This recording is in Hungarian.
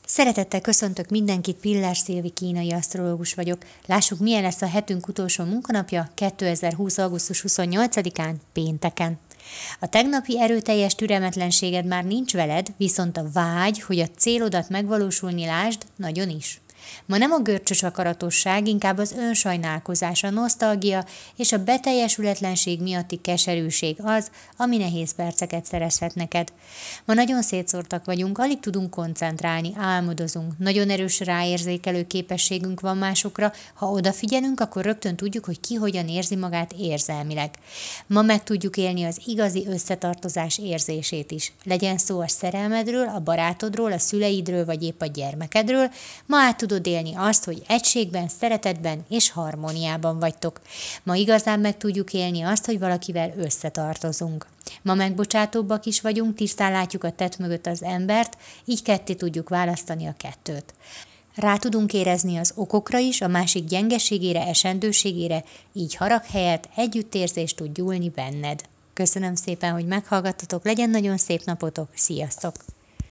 Szeretettel köszöntök mindenkit, Pillás Szilvi kínai asztrológus vagyok. Lássuk, milyen lesz a hetünk utolsó munkanapja 2020. augusztus 28-án, pénteken. A tegnapi erőteljes türelmetlenséged már nincs veled, viszont a vágy, hogy a célodat megvalósulni lásd, nagyon is. Ma nem a görcsös akaratosság, inkább az önsajnálkozás, a nosztalgia és a beteljesületlenség miatti keserűség az, ami nehéz perceket szerezhet neked. Ma nagyon szétszórtak vagyunk, alig tudunk koncentrálni, álmodozunk, nagyon erős ráérzékelő képességünk van másokra, ha odafigyelünk, akkor rögtön tudjuk, hogy ki hogyan érzi magát érzelmileg. Ma meg tudjuk élni az igazi összetartozás érzését is. Legyen szó a szerelmedről, a barátodról, a szüleidről vagy épp a gyermekedről, ma át tudod élni azt, hogy egységben, szeretetben és harmóniában vagytok. Ma igazán meg tudjuk élni azt, hogy valakivel összetartozunk. Ma megbocsátóbbak is vagyunk, tisztán látjuk a tett mögött az embert, így ketté tudjuk választani a kettőt. Rá tudunk érezni az okokra is, a másik gyengeségére, esendőségére, így harag helyett együttérzés tud gyúlni benned. Köszönöm szépen, hogy meghallgattatok, legyen nagyon szép napotok, sziasztok!